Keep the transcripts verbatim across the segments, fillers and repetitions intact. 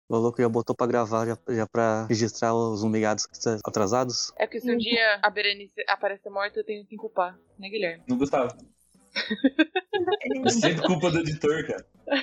O louco já botou pra gravar, já, já pra registrar os humigados que estão atrasados. É porque se um dia a Berenice aparecer morta, eu tenho que culpar, né, Guilherme? Não gostava. É sempre culpa do editor, cara.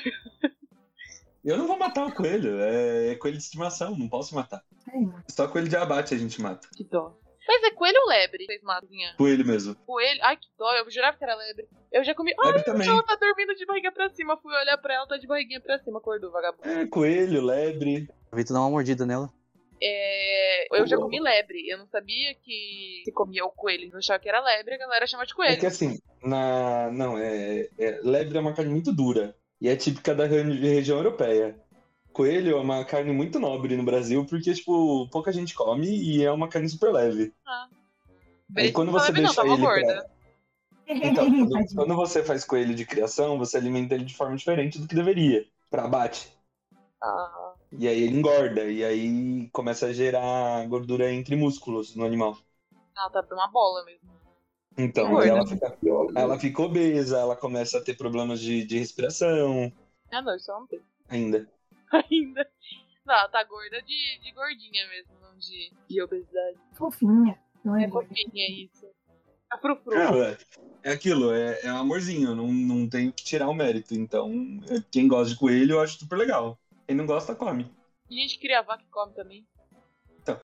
Eu não vou matar o coelho, é, é coelho de estimação, não posso matar. Só coelho de abate a gente mata. Que dó. Mas é coelho ou lebre? Vocês matam? Coelho mesmo. Coelho? Ai, que dó, eu jurava que era lebre. Eu já comi. Lebre Ai, também. ela tá dormindo de barriga pra cima. Fui olhar pra ela, tá de barriguinha pra cima, acordou, vagabundo. É, coelho, lebre. Aproveita e dá uma mordida nela. É... Eu já comi lebre. Eu não sabia que se comia o coelho. Eu achava que era lebre, a galera chama de coelho. É que assim, na... não, é... é... lebre é uma carne muito dura. E é típica da região europeia. Coelho é uma carne muito nobre no Brasil, porque, tipo, pouca gente come e é uma carne super leve. Ah. Aí quando você leve, deixa não, ele gorda. pra... Então, quando, quando você faz coelho de criação, você alimenta ele de forma diferente do que deveria, pra abate. Ah. E aí ele engorda, e aí começa a gerar gordura entre músculos no animal. Ela tá uma bola mesmo. Então, aí ela fica, ela fica obesa, ela começa a ter problemas de, de respiração. Ah, não, isso não tem. Ainda. Ainda. Não, ela tá gorda de, de gordinha mesmo, não de, de obesidade. Fofinha. Não é, É gorda. fofinha isso. A frufru. É, é aquilo, é, é um amorzinho, não, não tenho que tirar o mérito. Então, quem gosta de coelho, eu acho super legal. Quem não gosta, come. E gente que cria vaca que come também. Então.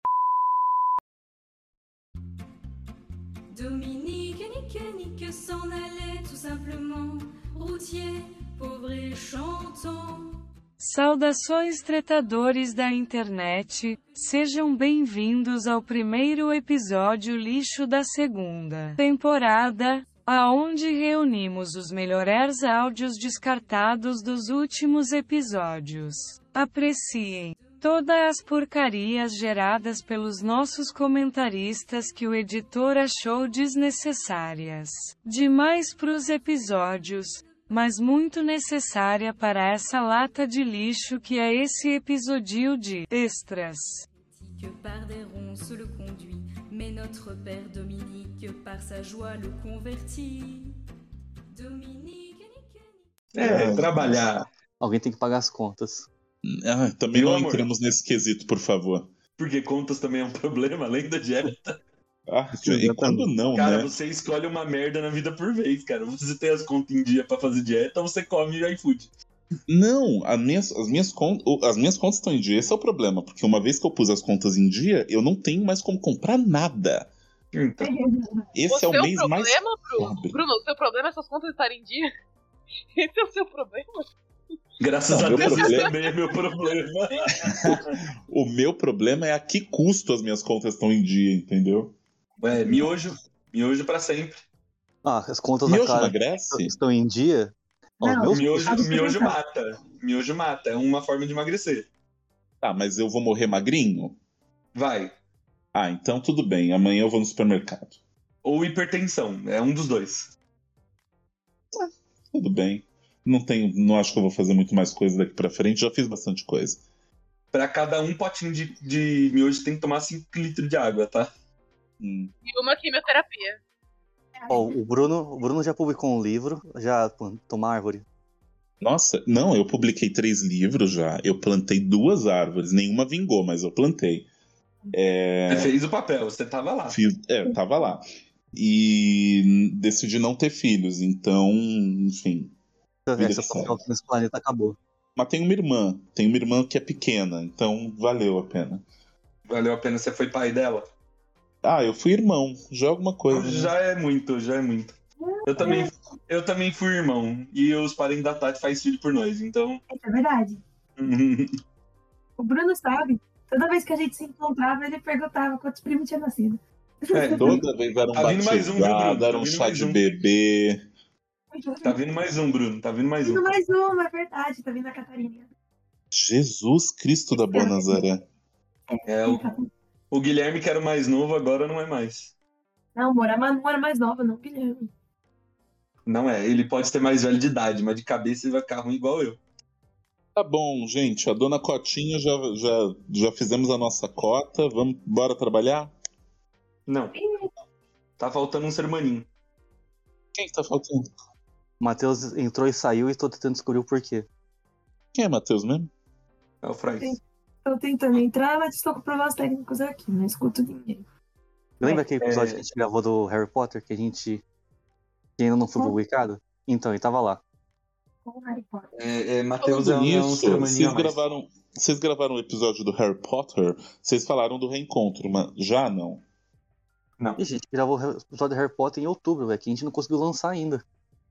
Dominique, nique, nique, s'en allait tout simplement. Routier, pauvre et chantant. Saudações, tretadores da internet, sejam bem-vindos ao primeiro episódio lixo da segunda temporada, aonde reunimos os melhores áudios descartados dos últimos episódios. Apreciem todas as porcarias geradas pelos nossos comentaristas que o editor achou desnecessárias demais pros episódios, mas muito necessária para essa lata de lixo que é esse episódio de extras. Que par des ronds se le conduit, mais notre père Dominique par sa joie le convertit. Dominique, É, trabalhar. Alguém tem que pagar as contas. Ah, também Meu não amor. entremos nesse quesito, por favor. Porque contas também é um problema, além da dieta. Ah, e quando não, Cara, né? você escolhe uma merda na vida por vez, cara. Você tem as contas em dia pra fazer dieta ou você come iFood. Não, as minhas, as, minhas contas, as minhas contas estão em dia, esse é o problema. Porque uma vez que eu pus as contas em dia, eu não tenho mais como comprar nada. Então, Esse o é o seu mês mais problema, Bruno? pobre. Bruno, o seu problema é essas contas estarem em dia? Esse é o seu problema? graças Não, a meu Deus, isso problema- também é meu problema. O meu problema é a que custo as minhas contas estão em dia, entendeu? Ué, miojo. Miojo pra sempre. Ah, as contas Miojo da cara emagrece? estão em dia. Ó, Não, meus- Miojo, Sabe o que miojo pensar? mata. Miojo mata. É uma forma de emagrecer. Tá, mas eu vou morrer magrinho? Vai. Ah, então tudo bem, amanhã eu vou no supermercado. Ou hipertensão. É um dos dois. Tudo bem. Não tenho, não acho que eu vou fazer muito mais coisa daqui pra frente, já fiz bastante coisa. Pra cada um potinho de, de miojo tem que tomar cinco litros de água, tá? Hum. E uma quimioterapia. ó, o, Bruno, o Bruno já publicou um livro, já plantou uma árvore. Nossa, não, eu publiquei três livros já, eu plantei duas árvores, nenhuma vingou, mas eu plantei. É, Você fez o papel, você tava lá. fiz, é, eu tava lá. E decidi não ter filhos, então, enfim. Vida Essa que segue. conta nesse planeta acabou. Mas tenho uma irmã, tenho uma irmã que é pequena, então valeu a pena. Valeu a pena, você foi pai dela? Ah, eu fui irmão, já é alguma coisa. né? Já é muito, já é muito. Eu também, eu também fui irmão. E os parentes da Tati fazem filho por nós, então. Isso é verdade. O Bruno sabe. Toda vez que a gente se encontrava, ele perguntava quantos primos tinha nascido. É, Toda vez era um Tá vindo mais um, viu, Bruno? batizado, era Tá um vindo chá mais de um. bebê. tá vindo mais um, Bruno. Tá vindo mais Vindo um. mais uma, é verdade. Tá vindo a Catarina. Jesus Cristo da Boa Nazaré. É, o, o Guilherme, que era o mais novo, agora não é mais. Não, amor, a Manu era mais nova, não, Guilherme. Não é, ele pode ser mais velho de idade, mas de cabeça ele vai ficar ruim igual eu. Tá bom, gente, a dona Cotinha já, já, já fizemos a nossa cota, vamos bora trabalhar? Não. Tá faltando um ser maninho. Quem que tá faltando? O Matheus entrou e saiu e tô tentando descobrir o porquê. Quem é Matheus mesmo? É o Frais. Tô tentando entrar, mas estou com problemas técnicos aqui, não escuto ninguém. Lembra aquele episódio É. que a gente gravou do Harry Potter, que a gente que ainda não foi Qual? publicado? Então, ele tava lá. Com o Harry Potter. É, é, Matheus é, Falando um- é um nisso, ser humaninho vocês a mais. gravaram, vocês gravaram o episódio do Harry Potter, vocês falaram do reencontro, mas já não. Não. Ixi, a gente gravou o episódio do Harry Potter em outubro, velho, que a gente não conseguiu lançar ainda.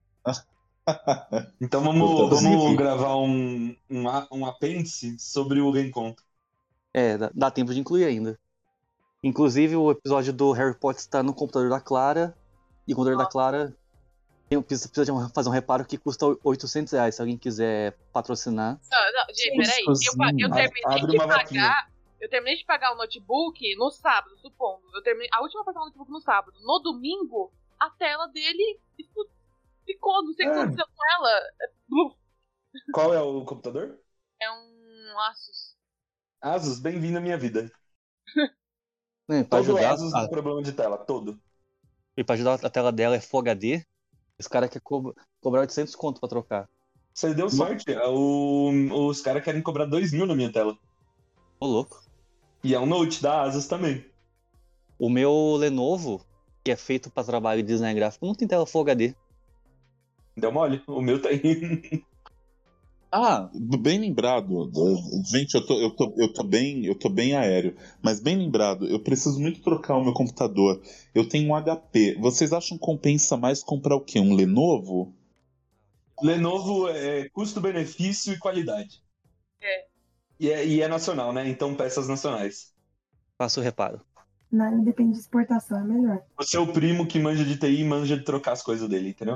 Então vamos, Puta, vamos inclusive- gravar um, um, a- um apêndice sobre o reencontro. É, dá, dá tempo de incluir ainda. Inclusive, o episódio do Harry Potter está no computador da Clara, e o computador da Clara tem, precisa, precisa de um- fazer um reparo que custa oitocentos reais, se alguém quiser patrocinar. Não, não, gente, peraí. Eu, pa- eu Abre- terminei abre de uma pagar. vaquinha. Eu terminei de pagar o notebook no sábado, supondo. Eu terminei, a última pagar o notebook no sábado. No domingo, a tela dele ficou, ficou não sei o que É. aconteceu com ela. É, bluf. Qual é o computador? É um Asus. Asus, bem-vindo à minha vida. Né, pra Todo ajudar, Asus a, tem problema de tela, todo. e pra ajudar a tela dela é Full H D, esse cara quer co- cobrar oitocentos conto pra trocar. Você deu sorte. O- os caras querem cobrar dois mil na minha tela. Ô, louco. E é um Note da Asus também. O meu Lenovo, que é feito pra trabalho de design gráfico, não tem tela Full H D. Deu mole. O meu tem. Ah, bem lembrado. Gente, eu tô, eu, tô, eu, tô bem, eu tô bem aéreo. Mas bem lembrado, eu preciso muito trocar o meu computador. Eu tenho um H P. Vocês acham que compensa mais comprar o quê? Um Lenovo? Lenovo é custo-benefício e qualidade. É. E é, e é nacional, né? Então peças nacionais. Faço o reparo. Não, depende de exportação, é melhor. O seu primo que manja de T I manja de trocar as coisas dele, entendeu?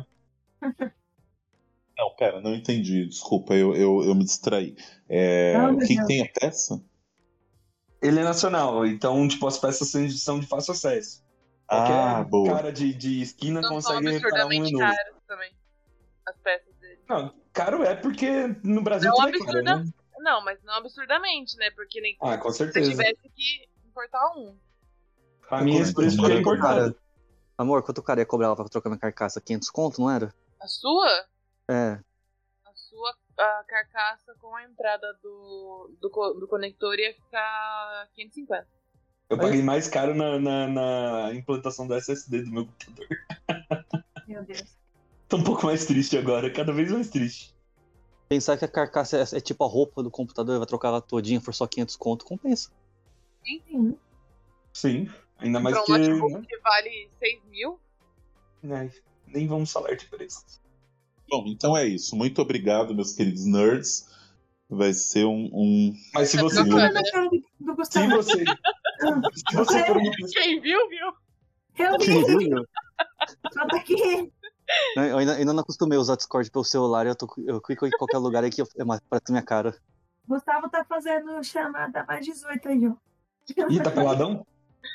Não, pera, não entendi. Desculpa, eu, eu, eu me distraí. É, Não, o meu que, que Deus. tem a peça? Ele é nacional, então, tipo, as peças são de- são de fácil acesso. Qualquer Ah, boa. cara de, de esquina Não são consegue reparar um absurdamente Lenovo. caras também. As peças dele. Não, caro é porque no Brasil Não tudo é caro, absurda- né? Não, mas não absurdamente, né? Porque nem Ah, com se certeza. tivesse que importar um. Pra mim, esse preço Quanto é que importado. Amor, quanto o cara ia cobrar ela pra trocar minha carcaça? quinhentos conto, não era? A sua? É. A sua a carcaça com a entrada do, do, co- do conector ia ficar quinhentos e cinquenta. Eu paguei mais caro na, na, na implantação do S S D do meu computador. Meu Deus. Tô um pouco mais triste agora, cada vez mais triste. Pensar que a carcaça é, é tipo a roupa do computador, vai trocar ela todinha por só quinhentos conto, compensa. Sim. Sim, ainda mais Pra um que... notebook que vale seis mil. Ai, nem vamos falar de preço. Bom, então é isso. Muito obrigado, meus queridos nerds. Vai ser um. um... Mas se Tá você... trocando, Olha né? na cara do, do Se Gustavo. você... Se você for uma pessoa... Quem viu, viu. Eu Quem vi, viu, meu? só tá aqui. Né, Eu ainda, ainda não acostumei a usar Discord pelo celular, eu, tô, eu clico em qualquer lugar aqui, é mais pra minha cara. Gustavo tá fazendo chamada mais dezoito aí, ó. Ih, tá peladão?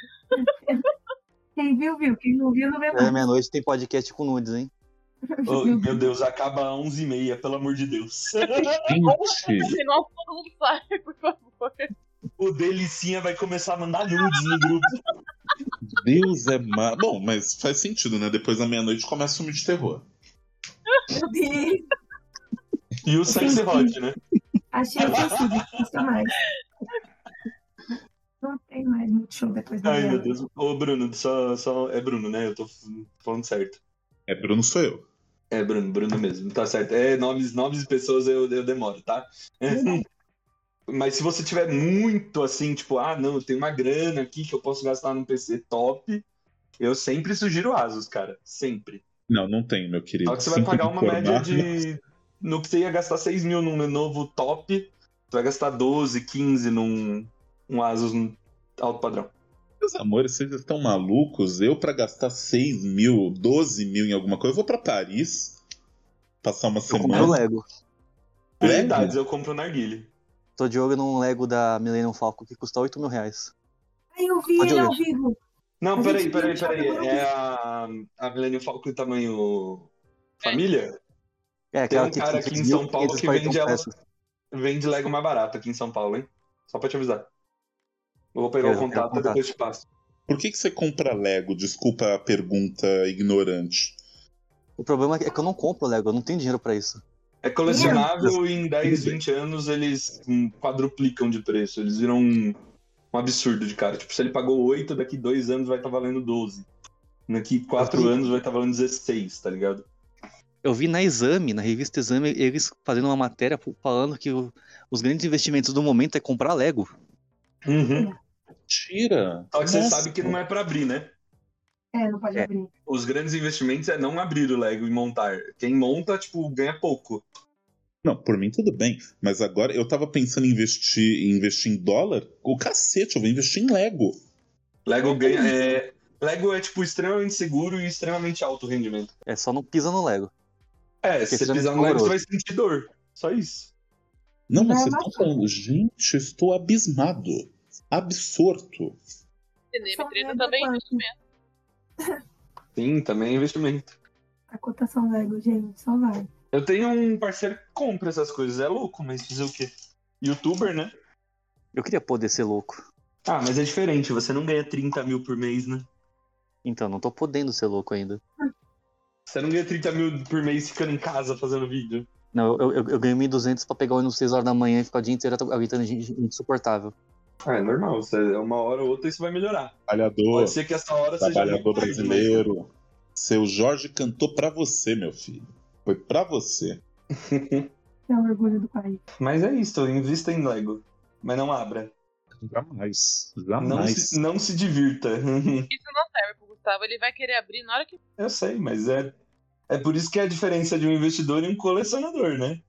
Quem viu, viu. Quem não viu, não vê É mais. meia-noite, tem podcast com nudes, hein? Oh, meu Deus, acaba às onze e meia, pelo amor de Deus. Gente, Senão todo mundo sai, por favor. O Delicinha vai começar a mandar nudes no grupo. Deus é má. Bom, mas faz sentido, né? Depois da meia-noite começa o filme de terror. Meu Deus. E o sexy hot, né? Achei ofensivo. Custa mais. Não tem mais muito show depois da Ai, meu guerra. Deus. Ô, Bruno, só, só... É Bruno, né? Eu tô falando certo. É, Bruno, sou eu. É Bruno, Bruno mesmo. Tá certo. É, nomes, nomes de pessoas eu, eu demoro, tá? Mas se você tiver muito assim, tipo, ah, não, eu tenho uma grana aqui que eu posso gastar num P C top, eu sempre sugiro Asus, cara. Sempre. Não, não tenho, meu querido. Só que você vai Sinto pagar uma informar. média de... No que você ia gastar seis mil num Lenovo top, você vai gastar doze, quinze num um Asus alto padrão. Meus amores, vocês estão malucos? Eu, pra gastar seis mil, doze mil em alguma coisa, eu vou pra Paris passar uma Eu comprei o semana. Lego. Prioridades, eu compro o Narguile. Tô de olho num Lego da Millennium Falcon que custa oito mil reais. Ai, eu vi Pode ele olhar. ao vivo. Não, A peraí, gente peraí, viu, peraí. já É a, a Millennium Falcon tamanho família? É, Tem aquela um que cara tem aqui em São Paulo que vende ela, peças. vende Lego mais barato aqui em São Paulo, hein? Só pra te avisar. Eu vou pegar Eu- o eu contato e contato. depois te passo. Por que, que você compra Lego? Desculpa a pergunta ignorante. O problema é que eu não compro Lego, eu não tenho dinheiro pra isso. É colecionável e em dez, vinte anos eles hum, quadruplicam de preço. Eles viram um, um absurdo de cara. Tipo, se ele pagou oito, daqui dois anos vai estar valendo doze. Daqui quatro anos vai estar valendo dezesseis, tá ligado? Eu vi na Exame, na revista Exame, eles fazendo uma matéria falando que o- os grandes investimentos do momento é comprar Lego. Uhum. Tira. Só que você Nossa. sabe que não é pra abrir, né? É, não pode É. abrir. Os grandes investimentos é não abrir o Lego e montar. Quem monta, tipo, ganha pouco. Não, por mim tudo bem. Mas agora eu tava pensando em investir, em investir em dólar. O cacete, eu vou investir em Lego. Lego ganha. É... Lego é, tipo, extremamente seguro e extremamente alto rendimento. É só não pisa no Lego. É, se você Porque pisar no senão é Lego, você horroroso. vai sentir dor. Só isso. Não, mas Não é vocês estão maçã. falando, gente, eu estou abismado. Absorto. Cinema Só e treta Lego também é quanto? investimento. Sim, também é investimento. A cotação Lego, gente, só vai. Eu tenho um parceiro que compra essas coisas. É louco, mas fazer o quê? Youtuber, né? Eu queria poder ser louco. Ah, mas é diferente. Você não ganha trinta mil por mês, né? Então, não tô podendo ser louco ainda. Você não ganha trinta mil por mês ficando em casa fazendo vídeo. Não, eu, eu, eu ganho mil e duzentos pra pegar o ônibus seis horas da manhã e ficar o dia inteiro aguentando gente, gente insuportável. Ah, é normal. Você, uma hora ou outra isso vai melhorar. Trabalhador, Pode ser que essa hora seja trabalhador muito mais, brasileiro. Seu Jorge cantou pra você, meu filho. Foi pra você. É o orgulho do país. Mas é isso, invista em Lego. Mas não abra. Jamais. Não Jamais. se, não se divirta. Isso não serve pro Gustavo. Ele vai querer abrir na hora que. Eu sei, mas é, é por isso que é a diferença de um investidor e um colecionador, né?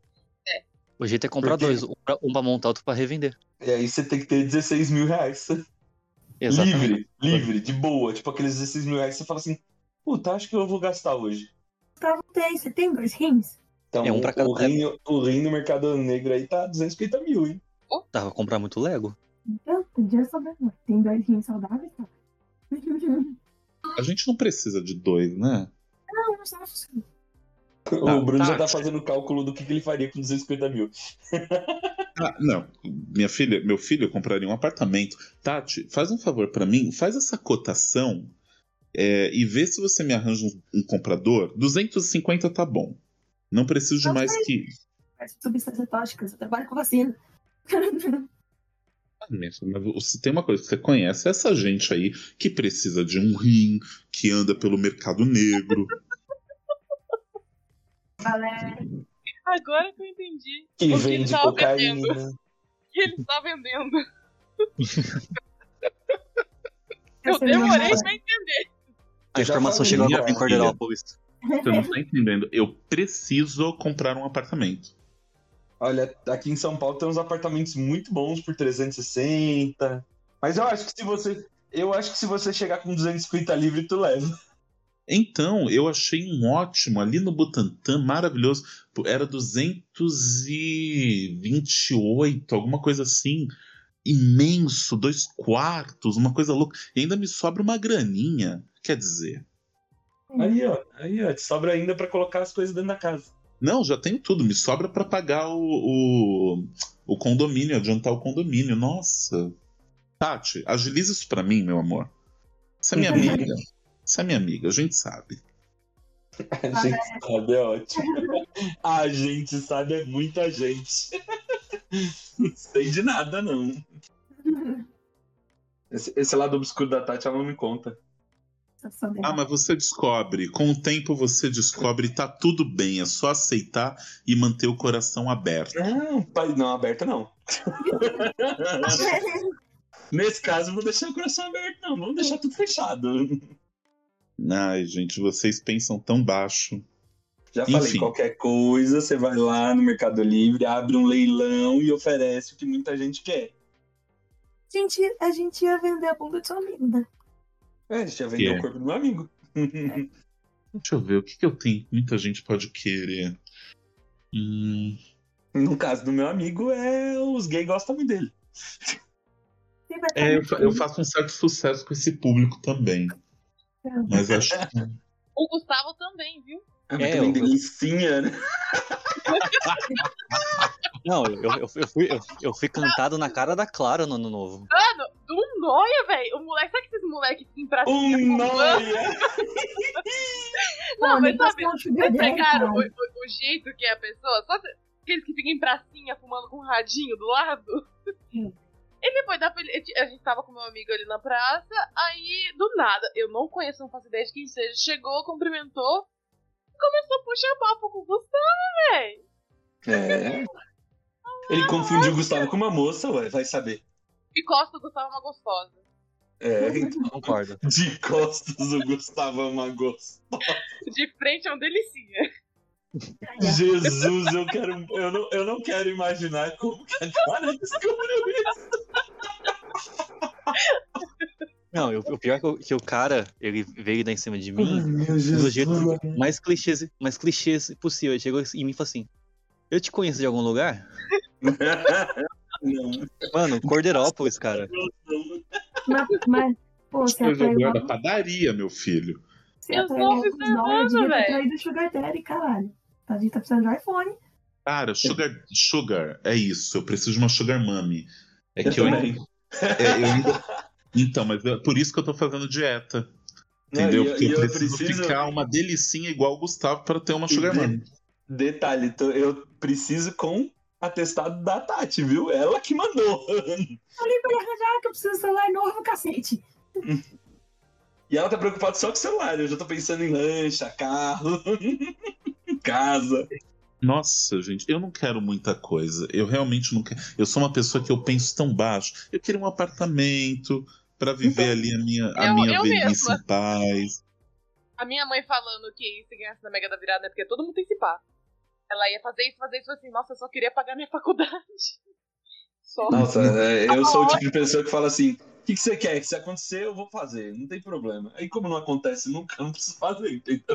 O jeito é comprar Porque- dois, um pra, um pra montar, outro pra revender. E aí você tem que ter dezesseis mil reais. Exatamente. Livre, livre, de boa. Tipo, aqueles dezesseis mil reais que você fala assim, puta, acho que eu vou gastar hoje. Gustavo tem, você tem dois rins? Então, É um pra cada o, rim, o rim no mercado negro aí tá duzentos e cinquenta mil, hein? Dá pra comprar muito Lego? Então, podia saber. Tem dois rins saudáveis, tá? A gente não precisa de dois, né? Não, não estava funcionando. O Tá, Bruno já tá. tá fazendo o cálculo do que, que ele faria com duzentos e cinquenta mil. Ah, não. Minha filha, meu filho compraria um apartamento. Tati, faz um favor pra mim, faz essa cotação é, e vê se você me arranja um, um comprador. duzentos e cinquenta tá bom. Não preciso de Não mais sei. que. Mas substâncias tóxicas, eu trabalho com vacina. Ah, mesmo, mas se tem uma coisa que você conhece, é essa gente aí que precisa de um rim, que anda pelo mercado negro. Valéria, Agora que eu entendi. Que o que ele vende tava cocaína. vendendo. O que ele está vendendo. Eu essa é a minha demorei mãe. pra entender. A Eu já informação falei, chegou minha agora em filha. Corderópolis. Você não tá entendendo. Eu preciso comprar um apartamento. Olha, aqui em São Paulo tem uns apartamentos muito bons por trezentos e sessenta. Mas eu acho que se você. Eu acho que se você chegar com duzentos e cinquenta livre, tu leva. Então, eu achei um ótimo ali no Butantã, maravilhoso. Pô, era duzentos e vinte e oito, alguma coisa assim. Imenso, dois quartos, uma coisa louca. E ainda me sobra uma graninha. Quer dizer, Aí, ó. Aí, ó. Te sobra ainda pra colocar as coisas dentro da casa. não, já tenho tudo. Me sobra pra pagar o, o, o condomínio, adiantar o condomínio. Nossa. Tati, agiliza isso pra mim, meu amor. Você é minha amiga. Você é minha amiga, a gente sabe. A gente sabe, é ótimo. A gente sabe, é muita gente. Não sei de nada, não. Esse, esse lado obscuro da Tati, ela não me conta. Ah, mas você descobre. Com o tempo você descobre e tá tudo bem. É só aceitar e manter o coração aberto. Não, pai, não, aberta não. Nesse caso, eu vou deixar o coração aberto, não. Vamos deixar tudo fechado. Ai, gente, vocês pensam tão baixo. Já falei, Enfim. qualquer coisa, você vai lá no Mercado Livre, abre um leilão e oferece o que muita gente quer. gente, a gente ia vender a bunda do seu amigo, né? É, a gente já vendeu Que é? o corpo do meu amigo. Deixa eu ver, o que, que eu tenho que muita gente pode querer? Hum, No caso do meu amigo, é os gays gostam muito dele. Você vai é, eu, estar fa- eu faço um certo sucesso com esse público também. Mas acho que. O Gustavo também, viu? Ah, mas É, também eu- delicinha, né? Não, eu, eu, eu fui, eu, eu fui cantado na cara da Clara no ano novo. Mano, do nóia, velho. O moleque, sabe que esses moleques ficam em pracinha Um fumando? nóia! Não, Pô, mas nem pra sabe, ser um sugar vocês daddy, pegaram o, cara. o- o jeito que é a pessoa? Só se- aqueles que ficam em pracinha fumando com um radinho do lado? Sim. Ele foi dar. fel- A gente tava com meu amigo ali na praça, aí do nada, eu não conheço, não faço ideia de quem seja, chegou, cumprimentou e começou a puxar papo com o Gustavo, velho. É. Ele confundiu o Gustavo com uma moça, ué, vai saber. E Costa, o Gustavo é uma gostosa. É, então, Concordo. de costas o Gustavo é uma gostosa. De frente é um delicinha. Jesus, eu quero. Eu não, eu não quero imaginar como que a Clara descobriu isso. Não, o o pior é que o, que o cara, ele veio dar em cima de mim meu do jeito mais clichês, mais clichês possível. Ele chegou em mim e falou assim: eu te conheço de algum lugar? Não. Mano, Cordeirópolis, cara. Mas, mas, pô, você Eu atraiu joguei da uma... padaria, meu filho. Você Eu atraiu tô alguns observando, nóis, devia ter velho. traído o Sugar Daddy, caralho. A gente tá precisando de iPhone. Cara, sugar, sugar, é isso. Eu preciso de uma sugar mommy. É Eu que eu, também. é, eu ainda... Então, mas é por isso que eu tô fazendo dieta. Não, Entendeu? e eu- Porque e eu, eu preciso, preciso- ficar uma delicinha igual o Gustavo para ter uma E sugar de- mommy. Detalhe, tô- eu preciso com atestado da Tati, viu? Ela que mandou. Falei pra ele arranjar que eu preciso de celular novo, cacete. E ela tá preocupada só com o celular. Eu já tô pensando em lancha, carro, casa. Nossa, gente, eu não quero muita coisa. Eu realmente não quero. Eu sou uma pessoa que eu penso tão baixo. Eu queria um apartamento para viver ali a minha, a Eu- minha eu velhice mesma. em paz. A minha mãe falando que se ganhasse na Mega da Virada, né? Porque todo mundo tem esse pá. Ela ia fazer isso, fazer isso, assim, nossa, eu só queria pagar minha faculdade. Só. Nossa, é, eu sou o tipo de pessoa que fala assim: o que, que você quer? Que se acontecer, eu vou fazer, não tem problema. Aí, como não acontece nunca, eu não preciso fazer, entendeu?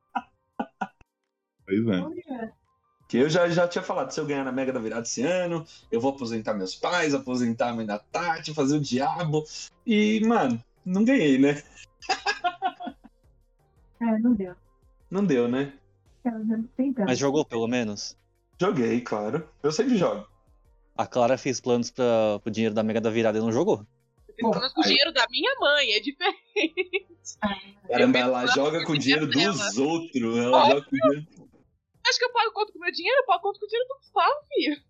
Pois é. Olha, Que eu já, já tinha falado: se eu ganhar na Mega da Virada esse ano, eu vou aposentar meus pais, aposentar a mãe da Tati, fazer o diabo. E, mano, não ganhei, né? é, não deu. Não deu, né? É, eu tentando. Mas jogou pelo menos? Joguei, claro. Eu sempre jogo. A Clara fez planos pra, pro dinheiro da Mega da Virada e não jogou. Eu fiz planos com o dinheiro da minha mãe, é diferente. Caramba, Eu ela fiz joga planos com o com dinheiro o dinheiro dos outros. Ela joga com o dinheiro. Acho que eu pago conta com o meu dinheiro, eu pago conta com o dinheiro do Gustavo, filho.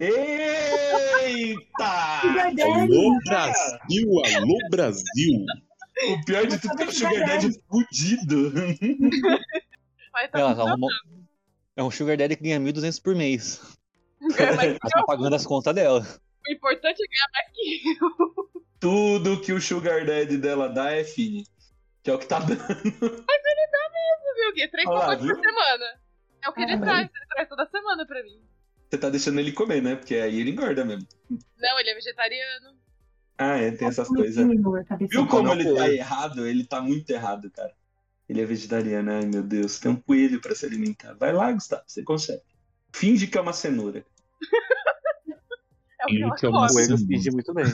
Eita! Sugar Daddy. Alô, Brasil! Alô, Brasil! O pior de tudo é que é um Sugar Daddy fudido. Mas tá Ela funcionando. arrumou- É um Sugar Daddy que ganha mil e duzentos por mês. Mas Ela tá pagando as contas dela. o importante é ganhar mais que eu. Tudo que o Sugar Daddy dela dá é Fini. Que é o que tá dando. Viu o quê? Três Olha lá, pacotes por viu? semana. É o que ele Ah, traz, ele traz toda semana pra mim. Você tá deixando ele comer, né? Porque aí ele engorda mesmo. Não, ele é vegetariano. Ah, é, tem essas Como coisas. menino, cabeça. Viu como Come ele um tá coelho. errado? Ele tá muito errado, cara. Ele é vegetariano, ai meu Deus. Tem um coelho pra se alimentar. Vai lá, Gustavo, você consegue. Finge que é uma cenoura. É o que Finge ela que é uma O come. coelho Sim. finge muito bem.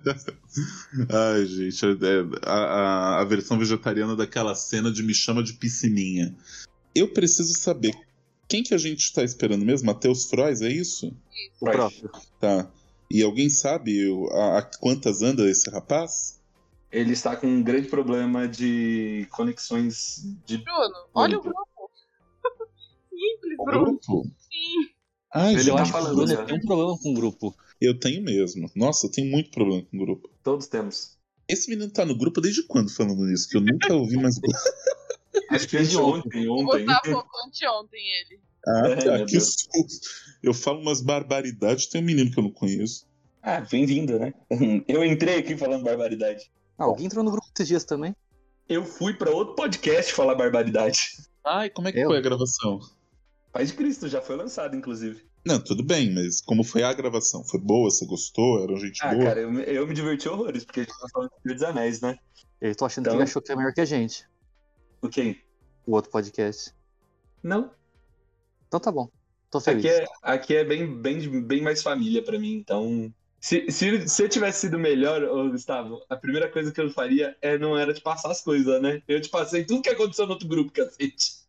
Ai, gente, é- a, a, a versão vegetariana daquela cena de Me Chama de Piscininha. Eu preciso saber quem que a gente tá esperando mesmo? Matheus Frois, é isso? O Vai. próprio. Tá. E alguém sabe o- a, a quantas anda esse rapaz? Ele está com um grande problema de conexões de. Bruno, olha o Muito. grupo. Simples, O Bruno. grupo? Sim. Ai, Ele Eu gente, tá acho que o falando Bruno já. tem um problema com o grupo. eu tenho mesmo. Nossa, eu tenho muito problema com o grupo. Todos temos. Esse menino tá no grupo desde quando falando nisso? Que eu nunca ouvi mais. Acho que Desde ontem, O ontem. Gustavo falou anteontem ele. Ah, É, tá, meu que Deus. susto. Eu falo umas barbaridades, tem um menino que eu não conheço. Ah, bem-vindo, né? Eu entrei aqui falando barbaridade. Ah, alguém entrou no grupo esses dias também. Eu fui pra outro podcast falar barbaridade. Ai, como é que Eu? foi a gravação? Paz de Cristo, já foi lançado, inclusive. Não, tudo bem, mas como foi a gravação? Foi boa? Você gostou? Era gente Ah, boa? cara, eu, me- eu me diverti horrores, porque a gente tá falando de Senhor dos Anéis, né? Eu tô achando Então- que ele achou que é melhor que a gente. O quê? O outro podcast. Não. Então tá bom. Tô feliz. Aqui é, aqui é bem, bem, bem mais família pra mim, então. Se, se, se eu tivesse sido melhor, ô, Gustavo, a primeira coisa que eu faria é, não era te passar as coisas, né? Eu te passei tudo que aconteceu no outro grupo, cacete.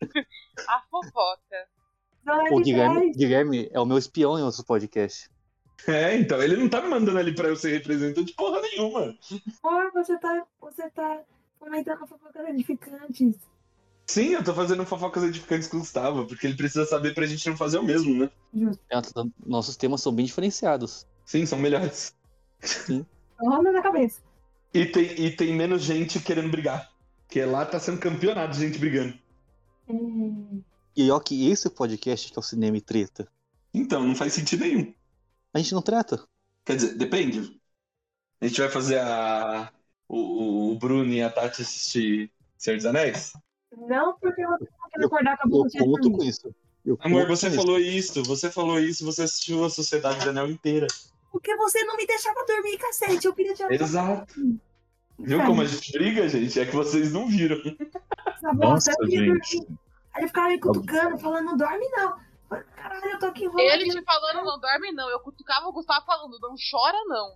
A fofoca. O Guilherme, Guilherme é o meu espião em outros podcasts. É, então, ele não tá me mandando ali pra eu ser representante de porra nenhuma. Oi, você tá, você tá comentando fofocas edificantes. Sim, eu tô fazendo fofocas edificantes com o Gustavo, porque ele precisa saber pra gente não fazer o mesmo, né? Justo. É, t- nossos temas são bem diferenciados. Sim, são melhores. Rola na cabeça. E tem, e tem menos gente querendo brigar. Porque lá tá sendo campeonato de gente brigando. Hum, E ó que esse podcast que é o Cinema e Treta, Então, não faz sentido nenhum. a gente não treta. Quer dizer, depende. A gente vai fazer a... o, o Bruno e a Tati assistir Senhor dos Anéis? não porque eu não quero Eu, acordar com a eu boca cheia de conto dormir. com isso. Eu Amor, conto você com falou isso, você falou isso, você assistiu a Sociedade do Anel inteira. Porque você não me deixava dormir, cacete. Eu queria te Exato. Viu como a gente briga, gente? É que vocês não viram. Essa Nossa, bosta, eu queria gente. dormir. Aí ele ficava me cutucando, falando, não dorme não. Eu falei, caralho, eu tô aqui enrolando. Ele te falando não dorme não, eu cutucava o Gustavo falando não chora não.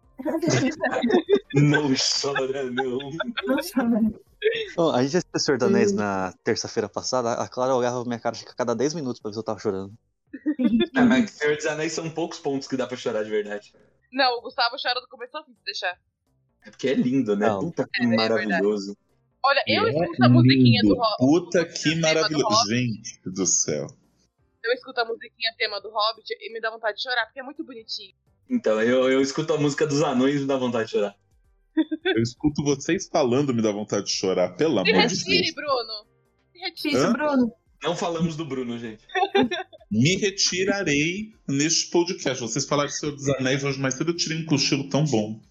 Não chora, não. Não chora. Ó, a gente assistiu Senhor dos Anéis na terça-feira passada, a Clara olhava pra minha cara a cada dez minutos pra ver se eu tava chorando. É, mas Senhor dos Anéis são poucos pontos que dá pra chorar de verdade. Não, o Gustavo chora do começo ao fim, se deixar. É porque é lindo, né? Não. Puta que É, é maravilhoso. Olha, eu É escuto a musiquinha lindo. do Hobbit. Puta que tema do maravilhoso. Hobbit. Gente do céu. Eu escuto a musiquinha tema do Hobbit e me dá vontade de chorar, porque é muito bonitinho. Então, eu, eu escuto a música dos anões e me dá vontade de chorar. Eu escuto vocês falando, me dá vontade de chorar, pelo Se amor de retire, Deus. Bruno. Se retire. Isso, Hã? Bruno. Não falamos do Bruno, gente. Me retirarei neste podcast. Vocês falaram de Senhor dos Anéis hoje mais cedo, eu tirei um cochilo tão bom.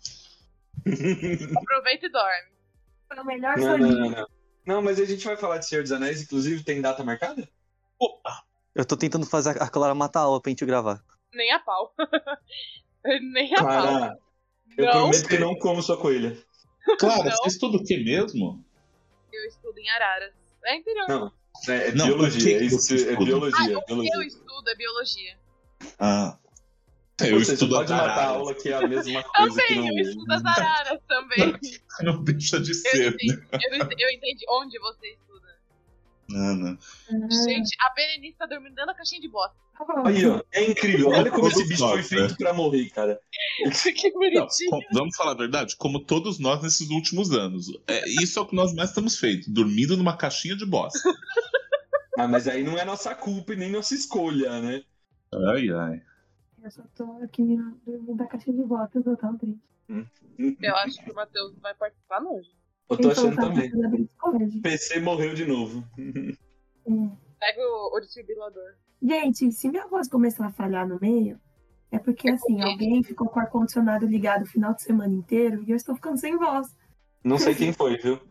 Aproveita e dorme. Foi o melhor Não, não, soninho. não, não. Não, mas a gente vai falar de Senhor dos Anéis, inclusive tem data marcada? Opa! Eu tô tentando fazer a Clara matar a aula pra gente gravar. Nem a pau. Nem a pau. Clara, eu Não, prometo que não como sua coelha. Clara, Não. você estuda o que mesmo? eu estudo em Araras. É interior. Não, é, é Não, o biologia, que é, que isso, você é estuda? biologia. Ah, é o que biologia. eu estudo é biologia. Ah. É, eu Ou seja, estudo pode matar a araras. aula que é a mesma coisa que Também, não... eu estudo as araras também. Não deixa de Eu ser, né? entendi, eu, entendi, eu entendi onde você estuda. Ana. Gente, a Berenice tá dormindo dentro da caixinha de bosta. Aí, ó, é incrível. Olha como esse Todos bicho foi nós, feito né? pra morrer, cara. Que Não, bonitinho. com- vamos falar a verdade? Como todos nós nesses últimos anos. É, isso é o que nós mais estamos feitos, dormindo numa caixinha de bosta. Ah, mas aí não é nossa culpa e nem nossa escolha, né? Ai, ai. Eu só tô aqui dormindo da caixinha de botas, eu tava triste. Eu acho que o Matheus vai participar, não, gente. Eu tô Quem achando falou que também. eu abri esse colégio? P C morreu de novo. Hum. Pega o, o desfibrilador. Gente, se minha voz começar a falhar no meio, é porque, assim, alguém ficou com o ar-condicionado ligado o final de semana inteiro e eu estou ficando sem voz. Não sei quem foi, viu?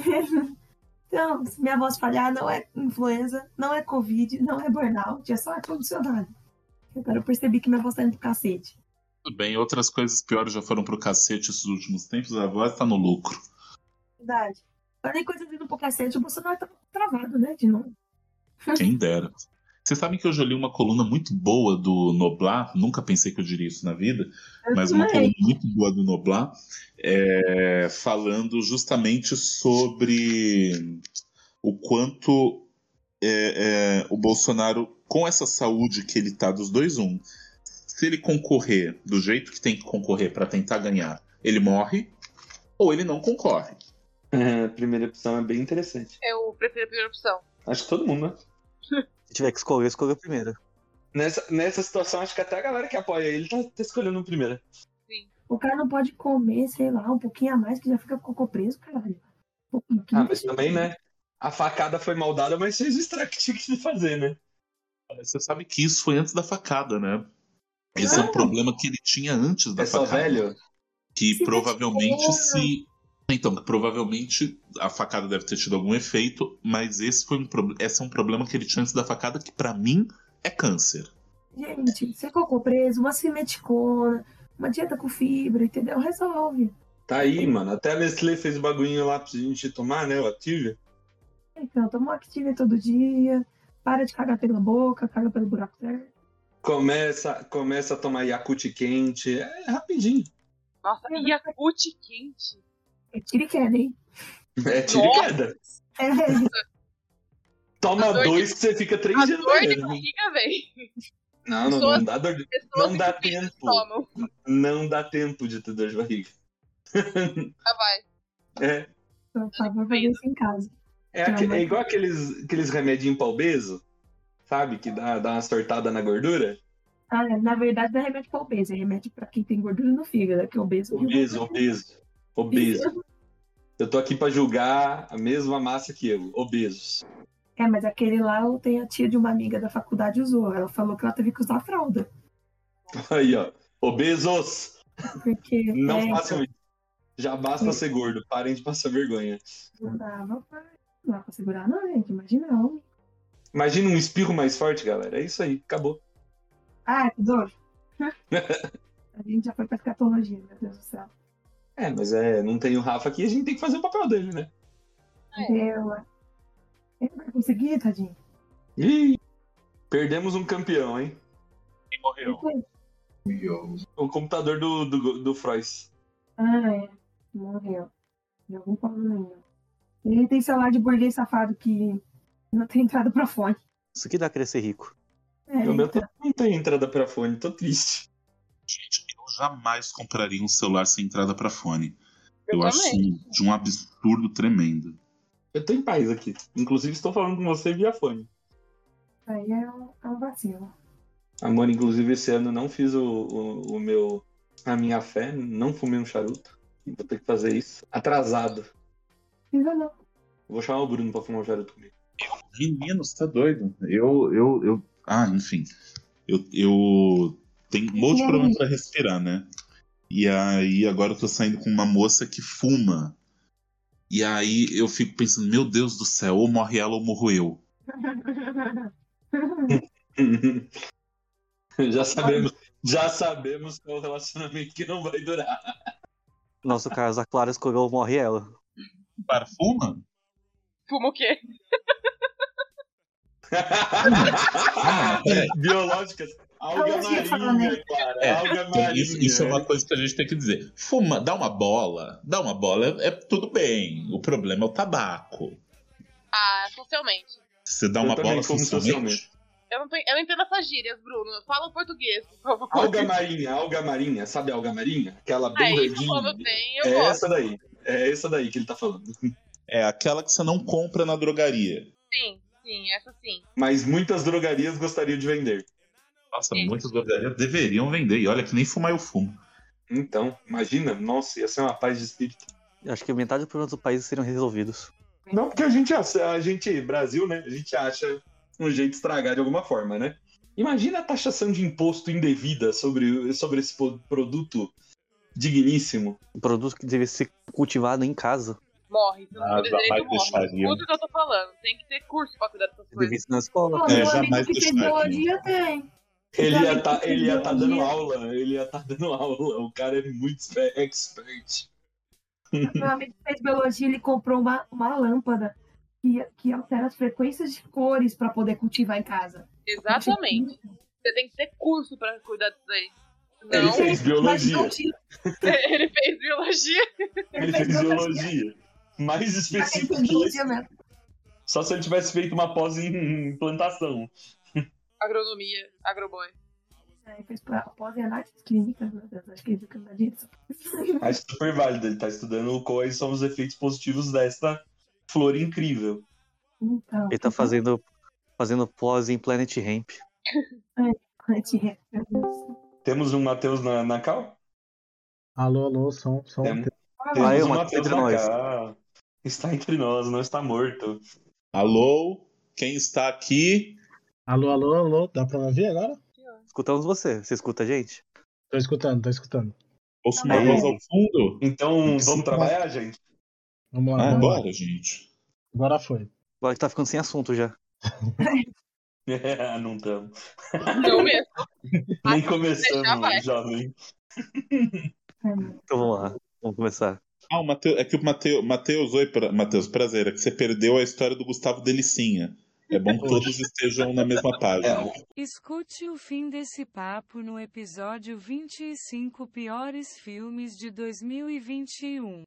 Então, se minha voz falhar, não é influenza, não é Covid, não é burnout, é só ar-condicionado. Agora eu percebi que minha voz tá indo pro cacete. Tudo bem, outras coisas piores já foram pro cacete esses últimos tempos, a voz tá no lucro. Verdade. Falei coisas indo pro cacete, o Bolsonaro tá travado, né, de novo. Quem dera. Vocês sabem que eu já li uma coluna muito boa do Noblar, nunca pensei que eu diria isso na vida, mas uma coluna muito boa do Noblar, é, falando justamente sobre o quanto é, é, o Bolsonaro, com essa saúde que ele tá dos dois, um, se ele concorrer do jeito que tem que concorrer para tentar ganhar, ele morre ou ele não concorre. É, a primeira opção é bem interessante. Eu prefiro a primeira opção. Acho que todo mundo, né? Se tiver que escolher, escolha a primeira. Nessa, nessa situação, acho que até a galera que apoia ele tá, tá escolhendo o primeiro. O cara não pode comer, sei lá, um pouquinho a mais que já fica cocô preso, caralho. Um pouquinho. Ah, mas também, né? A facada foi mal dada, mas fez o estrago que tinha que fazer, né? Você sabe que isso foi antes da facada, né? Esse é um Não. problema que ele tinha antes da É só facada. velho? Que Se provavelmente mexe, se. Então, que provavelmente a facada deve ter tido algum efeito, mas esse, foi um pro... esse é um problema que ele tinha antes da facada, que pra mim é câncer. Gente, você cocô preso, uma cimeticona, uma dieta com fibra, entendeu? Resolve. Tá aí, mano. Até a Nestlé fez o bagulhinho lá pra gente tomar, né? O Activia. Então, toma um Activia todo dia, para de cagar pela boca, caga pelo buraco certo. Começa, começa a tomar Yakult quente. É rapidinho. Nossa, Yakult quente. É tira e queda, hein? É tiro e Nossa. queda. É, Toma A dor dois que você fica três A dias dor de velho. barriga, véi. Não, não, Pessoas- não dá dor de... Pessoas Não dá entupidas tempo. tomam. Não dá tempo de ter dor de barriga. Ah, vai. É, Então, por favor, fazer isso em casa. é, aque- Não, mas- é igual aqueles, aqueles remedinhos pra obeso, sabe? Que dá, dá uma sortada na gordura. Ah, na verdade, não é remédio para obeso, é remédio para quem tem gordura no fígado, é que obeso. Obeso, obeso, obeso. Eu tô aqui pra julgar a mesma massa que eu, obesos. É, mas aquele lá eu tenho a tia de uma amiga da faculdade usou. Ela falou que ela teve que usar fralda. Aí, ó. Obesos! Porque Não é, façam isso. Já basta ser gordo, parem de passar vergonha. não dava pra, não dava pra segurar, não, gente. Imagina, não. Imagina um espirro mais forte, galera. É isso aí, acabou. Ah, que dor. A gente já foi pra escatologia, meu Deus do céu. É, mas é, não tem o Rafa aqui, a gente tem que fazer o papel dele, né? Eu, ele vai conseguir, tadinho. Ih, perdemos um campeão, hein? Quem morreu? O computador do, do, do Frois. Ah, é. Morreu. De algum problema. Ele tem celular de burguês safado que não tem entrada pra fone. Isso que dá crescer rico. É, O meu então, não tem entrada pra fone, tô triste. Gente, eu jamais compraria um celular sem entrada pra fone. Eu Eu, acho também. assim, de um absurdo tremendo. Eu tô em paz aqui. Inclusive, estou falando com você via fone. aí é um, é um vacilo. Amor, inclusive, esse ano não fiz o, o, o meu... A minha fé, não fumei um charuto. Vou ter que fazer isso. Atrasado. Precisa não. Vou chamar o Bruno pra fumar um charuto comigo. Menino, você tá doido? Eu, eu, eu... Ah, enfim. Eu, eu tenho um monte de E problema aí? pra respirar, né? E aí, agora eu tô saindo com uma moça que fuma. E aí, eu fico pensando, meu Deus do céu, ou morre ela ou morro eu. já sabemos, já sabemos que é um relacionamento que não vai durar. No nosso caso, a Clara escolheu morre ela. Para, fuma? Fuma o quê? Ah, peraí. Biológicas. Alga Eu ia falar, marinha, né? Clara. É, Alga Então, marinha. isso, isso é uma coisa que a gente tem que dizer. Fuma, dá uma bola, dá uma bola, é, é tudo bem. O problema é o tabaco. Ah, socialmente. Você dá Eu uma também bola fumo socialmente. Eu não, tô, eu não entendo essas gírias, Bruno. Fala o português, por favor. Alga marinha, alga marinha. Sabe a alga marinha? Aquela Ah, bem isso verdinha. quando tem, eu É gosto. essa daí. É essa daí que ele tá falando. É aquela que você não compra na drogaria. Sim, sim, essa sim. Mas muitas drogarias gostariam de vender. Nossa, Sim. muitas drogarias deveriam vender. E olha que nem fumar eu fumo. Então, imagina, nossa, ia ser uma paz de espírito. Eu acho que metade dos problemas do país seriam resolvidos. Não, porque a gente, a gente, Brasil, né? A gente acha um jeito de estragar de alguma forma, né? Imagina a taxação de imposto indevida sobre, sobre esse po- produto digníssimo. Um produto que deve ser cultivado em casa. Morre. Se não Ah, for direito, jamais morre. deixaria. Escuta o que eu tô falando. Tem que ter curso pra cuidar dessas Deve coisas. ser na escola. Pô, É, meu jamais amigo que fez deixaria. biologia tem. Ele Então, ia ele tá, fez ele ia tá dando biologia. aula, ele ia tá dando aula. O cara é muito exper- expert. Meu amigo que fez biologia, ele comprou uma, uma lâmpada que, que altera as frequências de cores pra poder cultivar em casa. Exatamente. Você tem que ter curso pra cuidar disso aí. Ele Não, fez biologia. Mas não tinha- ele fez biologia. Ele fez biologia. Mais Ele específico fez que biologia isso. mesmo. Só se ele tivesse feito uma pós em plantação. Agronomia, agroboy. É, ele fez pra- pós em análises clínicas, meu Deus, acho que ele fica na disso. Acho super válido. Ele tá estudando quais são os efeitos positivos desta flor incrível. Então, Ele tá fazendo, fazendo pós em Planet Hemp. anti- meu Deus. Temos um Matheus na, na cal? Alô, alô, som, som. Temos, Ah, temos Aí, um Matheus, Matheus entre na nós. cal. Está entre nós, não está morto. Alô? Quem está aqui? Alô, alô, alô, dá pra me ouvir agora? Escutamos você. Você escuta a gente? Tô escutando, tô escutando. Ouço uma Aí. voz ao fundo? Então, vamos trabalhar, gente? Vamos lá, Ah, vamos lá. bora, gente. Agora foi. Agora que tá ficando sem assunto já. Não estamos. Não mesmo. Nem deixar, começamos, vai. jovem. Então vamos lá. Vamos começar. Ah, o Mateus, é que o Mateus, Mateus, oi, pra- Mateus, prazer, é que você perdeu a história do Gustavo Delicinha. É bom que todos estejam na mesma página. É, Escute o fim desse papo no episódio vinte e cinco Piores Filmes de dois mil e vinte e um.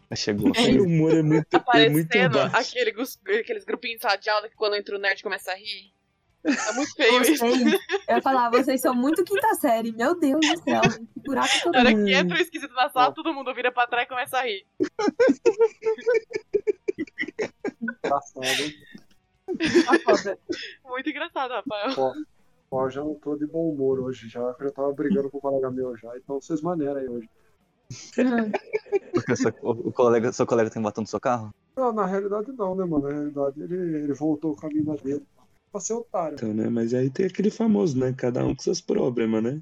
Chegou. O humor é muito, é muito Aparecendo baixo. aquele, gus- aqueles grupinhos de sala de aula que quando entra o nerd começa a rir. É muito feio isso. Vocês, eu ia falar, vocês são muito quinta série. Meu Deus do céu. Que buraco todo Na hora mundo. que entra o esquisito na sala, todo mundo vira pra trás e começa a rir. Engraçado, hein? Tá foda. Muito engraçado, Rafael. Ó, já não tô de bom humor hoje, já. Eu já tava brigando com o colega meu já. Então vocês maneiram aí hoje. Porque seu, o colega, seu colega tem batendo no seu carro? Não, na realidade não, né, mano? Na realidade ele, ele voltou o caminho dele pra ser otário. Então, né? Mas aí tem aquele famoso, né? Cada um com seus problemas, né?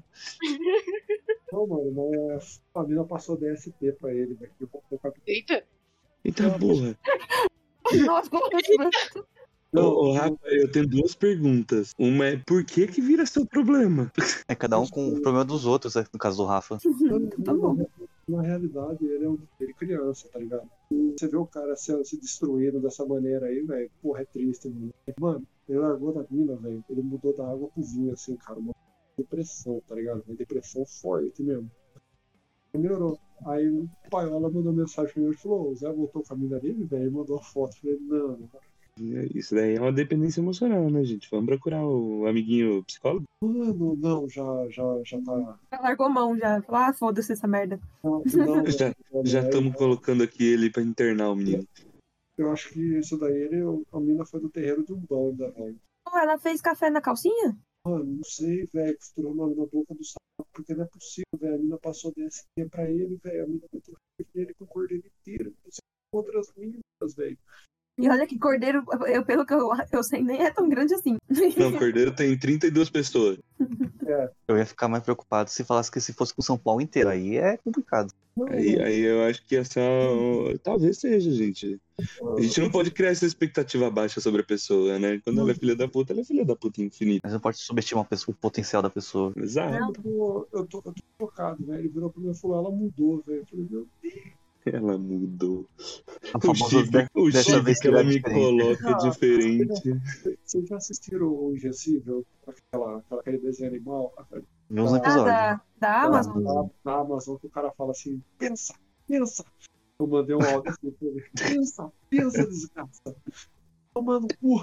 Não, mano, mas a mina passou D S T pra ele, velho. Ele voltou o caminho. Eita. Eita porra. Nossa, como isso? Ô, ô, Rafa, eu tenho duas perguntas. Uma é, por que que vira seu problema? É cada um com o problema dos outros, né, no caso do Rafa. Tá bom. Na realidade, ele é um ele é criança, tá ligado? E você vê o cara se, se destruindo dessa maneira aí, velho. Porra, é triste, mano. Mano, ele largou da mina, velho. Ele mudou da água pro vinho, assim, cara. Uma depressão, tá ligado? Uma depressão forte mesmo. Aí melhorou. Aí o Paiola mandou mensagem pra mim e falou: o Zé voltou com a mina dele, velho. Ele mandou a foto. Eu falei: não, não. Isso daí é uma dependência emocional, né, gente? Vamos procurar o amiguinho psicólogo? Mano, não, já, já, já tá. Já largou mão, já. Falou, ah, foda-se essa merda. Não, não, Já não, já aí- estamos colocando aqui ele pra internar o menino. Eu acho que isso daí, ele, a mina foi do terreiro de Umbanda, velho. Pô, ela fez café na calcinha? Mano, não sei, velho, costurou o nome na boca do saco, porque não é possível, velho. A mina passou D S T pra ele, velho. A mina botou ele com o cordeiro inteiro. Você contra as minas, velho. E olha que cordeiro, eu, pelo que eu, eu sei, nem é tão grande assim. Não, o Cordeiro tem trinta e duas pessoas. Eu ia ficar mais preocupado se falasse que se fosse com São Paulo inteiro. Aí é complicado. Aí, aí eu acho que essa. Talvez seja, gente. A gente não pode criar essa expectativa baixa sobre a pessoa, né? Quando ela é filha da puta, ela é filha da puta infinita. Mas não pode subestimar a pessoa- o potencial da pessoa. Exato. Eu tô, eu tô, eu tô chocado, velho. Ele virou pra mim e falou: ela mudou, velho. Eu falei: meu Deus. Ela mudou. A O famosa chip, de- o dessa chip vez que ela será me diferente. coloca é Ah, diferente. Vocês já assistiram o Invencível? Aquela, aquela, aquele desenho animal? Vê uns Ah, Ah, episódios. da, da Amazon. Na, na Amazon, que o cara fala assim: pensa, pensa. Eu mandei um áudio assim pra ele: pensa, pensa, desgraça. Tomando cu.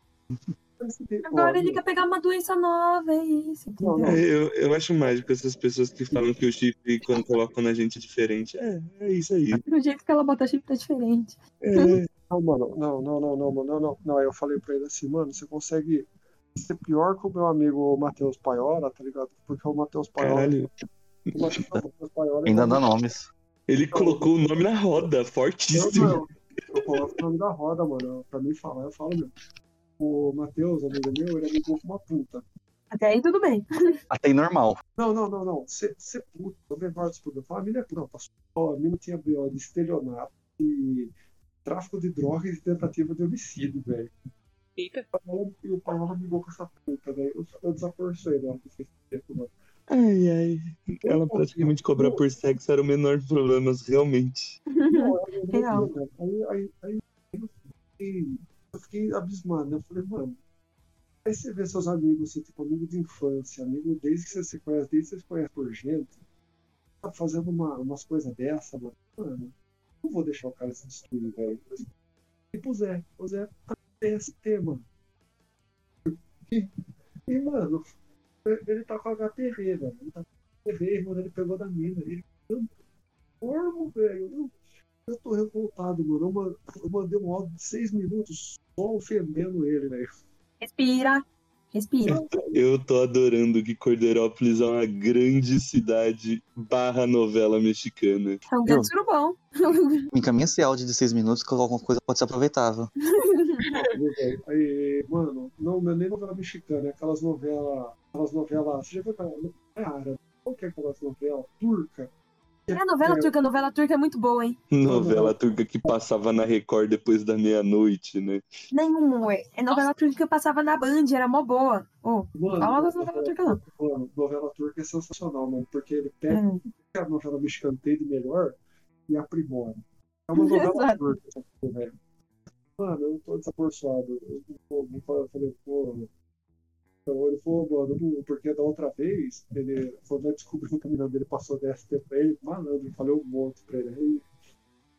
Agora ele quer pegar uma doença nova, é isso, entendeu? Não, É, eu, eu acho mágico essas pessoas que falam que o chip, quando colocam na gente, é diferente. É, é isso aí. Do jeito que ela bota chip tá diferente. É, Não, mano, não, não, não, não, não, não, não, não. Aí eu falei pra ele assim, mano, você consegue ser pior que o meu amigo Matheus Paiola, tá ligado? Porque o Matheus Paiola. caralho. O Matheus Paiola Ainda dá nomes. Ele colocou o nome na roda, Eu, fortíssimo. não, eu coloco o nome da roda, mano. Pra mim falar, eu falo mesmo. O Matheus, amigo meu, ele ligou com uma puta. Até aí tudo bem. Até aí normal. Não, não, não, não. Ser, ser puta, eu vejo vários problemas. Fala, a mina é puta. Não, passou. A mina tinha B O de estelionato e tráfico de drogas e tentativa de homicídio, velho. Eita. E o Paiola ligou com essa puta, velho. Eu, eu desaforcei na hora que fez tempo, mano. Ai, ai. Ela praticamente cobrar por sexo era o menor dos problemas, realmente. Não, eu- eu- Real. eu- Aí, aí, aí, eu fiquei, eu fiquei abismado. Eu falei, mano, aí você vê seus amigos, assim, tipo, amigo de infância, amigo desde que você se conhece, desde que você se conhece por gente, tá fazendo uma, umas coisas dessa, mano. Mano, não vou deixar o cara se destruir, velho. Tipo o Zé, o Zé tá no T S T, mano. E, e, mano, ele tá com H P V, velho. Ele tá com H P V, mano, ele pegou da mina. Ele formo, velho. Eu, eu tô revoltado, mano. Eu, man- eu mandei um áudio de seis minutos só ofendendo ele, velho. Respira. Respira. Eu tô adorando que Cordeirópolis é uma grande cidade barra novela mexicana. É um grande surubão. Encaminha esse áudio de seis minutos que alguma coisa pode ser aproveitável. Aí, aí, mano, não, não é nem novela mexicana, é aquelas novelas. Aquelas novelas. Você já viu aquela. É árabe. Qual que é aquelas novelas? Turca. É a novela turca, a novela turca é muito boa, hein? Novela turca que passava na Record depois da meia-noite, né? Nenhum, ué. É novela turca que eu passava na Band, era mó boa. Ô, Mano, fala das novelas turcas, não. Mano, novela turca é sensacional, mano, porque ele pega Hum. tudo que a novela mexicana tem de melhor e aprimora. É uma novela Exato. turca, essa porra, velho. Mano, eu tô desaporçado. Eu, eu, eu, eu falei, pô. Então ele falou, mano, não, porque da outra vez, ele, quando eu descobri que o caminhão dele passou D S T pra ele, malandro, eu falei um monte pra ele. Aí,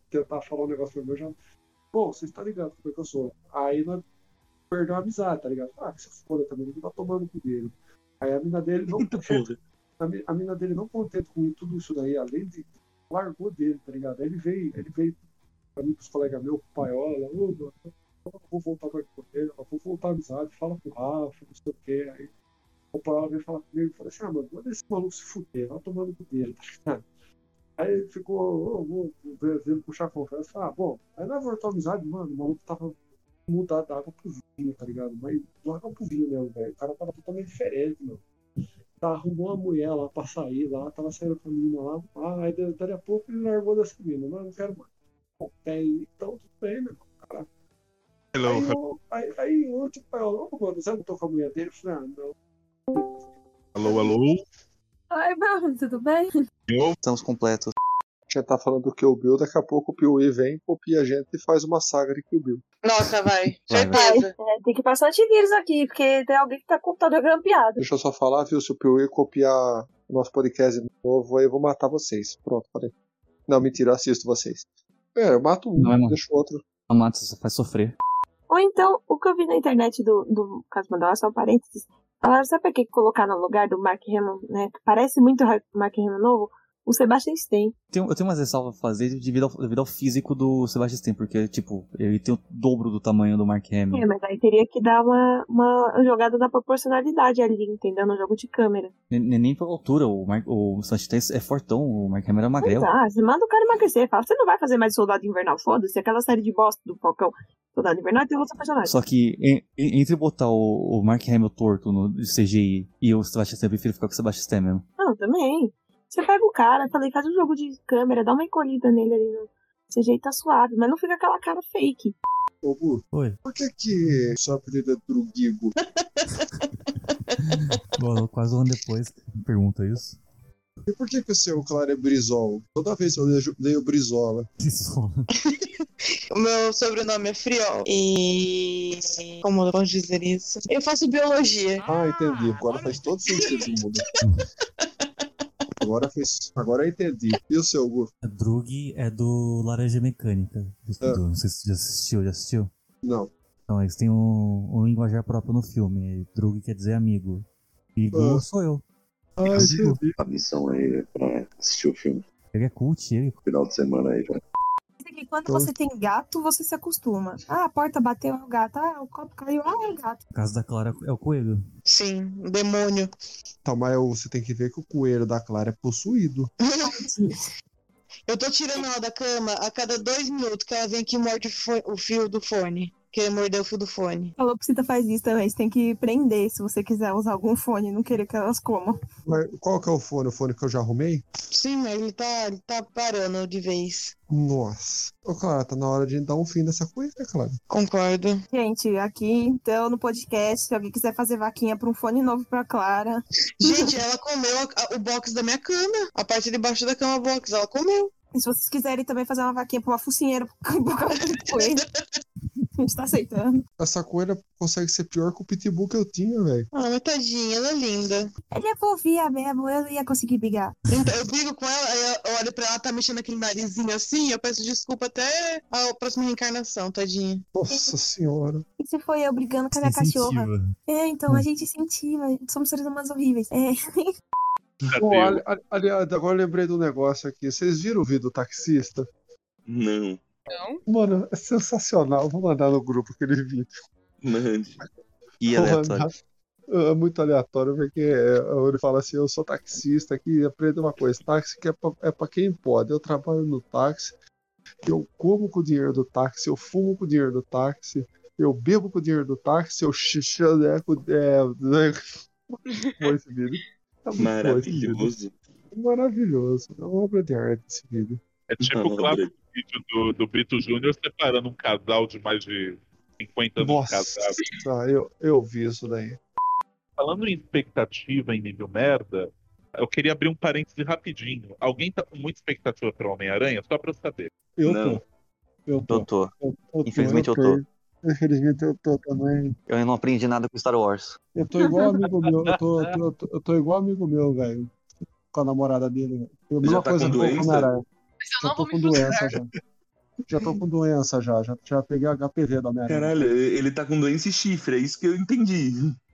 tentar falar um negócio pra mim, eu já. Bom, vocês estão ligados como é que eu sou. Aí nós perdeu a amizade, tá ligado? Ah, que se foda também, ele tá tomando o cu dele. Aí a mina dele não. Eita porra. A, mi- a mina dele não contente com tudo isso daí, além de. Largou dele, tá ligado? Aí ele veio, ele veio pra mim, pros colegas meus, pro Paiola, ô, mano, eu vou voltar pra com ele, eu vou voltar a amizade, fala com o Rafa, não sei o quê. Aí o Paiola veio falar comigo e falou assim: ah, mano, manda esse maluco se fuder, vai tomando com dele, tá ligado? Aí ele ficou, ô, vou ver ele puxar a conversa. Ah, bom, aí nós voltou a amizade, mano, o maluco tava mudado da água pro vinho, tá ligado? Mas do água pro vinho mesmo, velho. O cara tava totalmente diferente, mano. Tá, arrumou uma mulher lá pra sair lá, tava saindo com a menina lá. Ah, aí da- dali a pouco ele largou dessa menina, mas não quero mais. Bom, tem, então tudo bem, meu irmão, cara. Hello, Aí, eu, aí, aí ontem o pai falou, ô, mano, você não tô com a mulher dele? Eu falei, ah, não. alô, alô. Oi, Bruno, tudo bem? Estamos completos. A gente tá falando do Kill Bill, daqui a pouco o Piuí vem, copia a gente e faz uma saga de Kill Bill. Nossa, vai. Vai, vai. Certeza. É, tem que passar antivírus aqui, porque tem alguém que tá com o computador grampeado. Deixa eu só falar, viu? Se o Piuí copiar o nosso podcast de novo, aí eu vou matar vocês. Pronto, falei. Não, mentira, eu assisto vocês. É, eu mato um, Não é, mano. deixo o outro. A Matos você faz sofrer. Ou então, o que eu vi na internet do, do caso Mandala, só um parênteses, falaram, sabe pra que colocar no lugar do Mark Hamill, né? Que parece muito o Mark Hamill novo, o Sebastian Stan. Tenho- eu tenho umas ressalvas a fazer devido ao, devido ao físico do Sebastian Stan, porque, tipo, ele tem o dobro do tamanho do Mark Hamill. É, mas aí teria que dar uma, uma jogada da proporcionalidade ali, entendeu? No jogo de câmera. Nem, nem pela altura, o, Mark, o Sebastian Stan é fortão, o Mark Hamill era magrelo. Ah, você manda o cara emagrecer. Fala, você não vai fazer mais Soldado Invernal, foda-se. Aquela série de bosta do Falcão, Soldado Invernal, tem outro personagem. Só que en- en- entre botar o, o Mark Hamill torto no C G I e o Sebastian Stan, eu prefiro ficar com o Sebastian Stan mesmo. Não, também. Você pega o cara, falei, faz um jogo de câmera, dá uma encolhida nele ali no C G I, tá suave, mas não fica aquela cara fake. Ô, Gu, Oi. por que que seu apelido é Drugigo? Bom, quase um ano depois, pergunta isso. E por que que o seu, claro, é Brizol? Toda vez eu leio, leio Brizola. Isso. O meu sobrenome é Friol. E. Como eu posso dizer isso? Eu faço biologia. Ah, entendi. Agora faz todo sentido do mundo. Agora, fez, agora eu entendi. E o seu, Gu? A Drug é do Laranja Mecânica. Do, É. do- não sei se você já assistiu, já assistiu? Não. Então, eles têm um, um linguajar próprio no filme. Drug quer dizer amigo. E Gu Ah. sou eu. Ah, entendi. A missão aí é pra assistir o filme. Ele é cult, ele. Final de semana aí já. Dizem que quando você tem gato, você se acostuma. Ah, a porta bateu, é o gato. Ah, o copo caiu, ah, é o gato. No caso da Clara é o coelho. Sim, o demônio. Tá, mas você tem que ver que o coelho da Clara é possuído. Eu tô tirando ela da cama a cada dois minutos que ela vem aqui e morde o fo- o fio do fone. Querer morder o fio do fone. Falou que você faz isso também. Você tem que prender se você quiser usar algum fone, não querer que elas comam. Mas qual que é o fone? O fone que eu já arrumei? Sim, mas ele tá, ele tá parando de vez. Nossa. Ô, Clara, tá na hora de dar um fim nessa coisa, Clara. Concordo. Gente, aqui então no podcast, se alguém quiser fazer vaquinha pra um fone novo pra Clara. Gente, ela comeu a- a- o box da minha cama. A parte de baixo da cama box, ela comeu. E se vocês quiserem também fazer uma vaquinha pra uma focinheira por causa do coelho, a gente tá aceitando. Essa coelha consegue ser pior que o pitbull que eu tinha, velho. Ah, mas tadinha, ela é linda. Ele é fofinha mesmo, eu não ia conseguir brigar. Então, eu brigo com ela, aí eu olho pra ela, tá mexendo aquele narizinho assim, eu peço desculpa até a próxima reencarnação, tadinha. Nossa senhora. E se foi eu brigando com a minha cachorra? É, então a gente incentiva. Somos seres humanos horríveis. É. Bom, ali- ali- aliás, agora eu lembrei do negócio aqui. Vocês viram o vídeo do taxista? Não. Não? Mano, é sensacional. Vou mandar no grupo aquele vídeo. Mande. E Vou aleatório. mandar. É muito aleatório, porque é, ele fala assim, eu sou taxista aqui, aprenda uma coisa, táxi que é pra, é pra quem pode. Eu trabalho no táxi, eu como com o dinheiro do táxi, eu fumo com o dinheiro do táxi, eu bebo com o dinheiro do táxi, eu xixaneco. É, né? Foi esse vídeo. Tá muito bom esse vídeo. Maravilhoso. Maravilhoso. É uma obra de arte esse vídeo. É tipo o clássico vídeo do, do Brito Júnior separando um casal de mais de cinquenta anos Nossa, casados. eu, eu vi isso daí. Falando em expectativa em nível merda, eu queria abrir um parêntese rapidinho. Alguém tá com muita expectativa para Homem-Aranha? Só pra eu saber. Eu Não. tô. Eu tô. Eu tô. Eu, eu tô, Infelizmente eu tô. Infelizmente eu tô também. Eu ainda não aprendi nada com Star Wars. Eu tô igual amigo meu. Eu tô, eu tô, eu tô, eu tô igual amigo meu, velho. Com a namorada dele, velho. A mesma Já tá coisa com que eu doença? Homem-Aranha. Mas eu Eu não tô vou com me doença frustrar. já. Já tô com doença já, já, já peguei H P V da minha Caralho, ele tá com doença e chifre, é isso que eu entendi.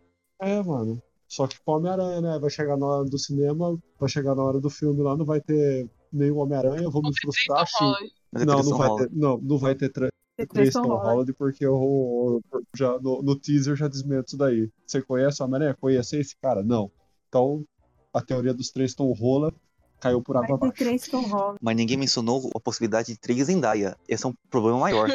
É, mano. Só que com o Homem-Aranha, né? Vai chegar na hora do cinema, vai chegar na hora do filme lá, não vai ter nenhum Homem-Aranha, eu vou me frustrar, xingo. Mas é Não, Três não Tom vai Holland. ter, não, não vai ter tra- Tem três Tom Tom Holland. Holland, porque eu, eu já, no, no teaser já desmento isso daí. Você conhece o Homem-Aranha? Conhece esse cara? Não. Então, a teoria dos três Tom Holland caiu por água Vai ter abaixo. três Tom Holland. Mas ninguém mencionou a possibilidade de três Zendaya. Esse é um problema maior.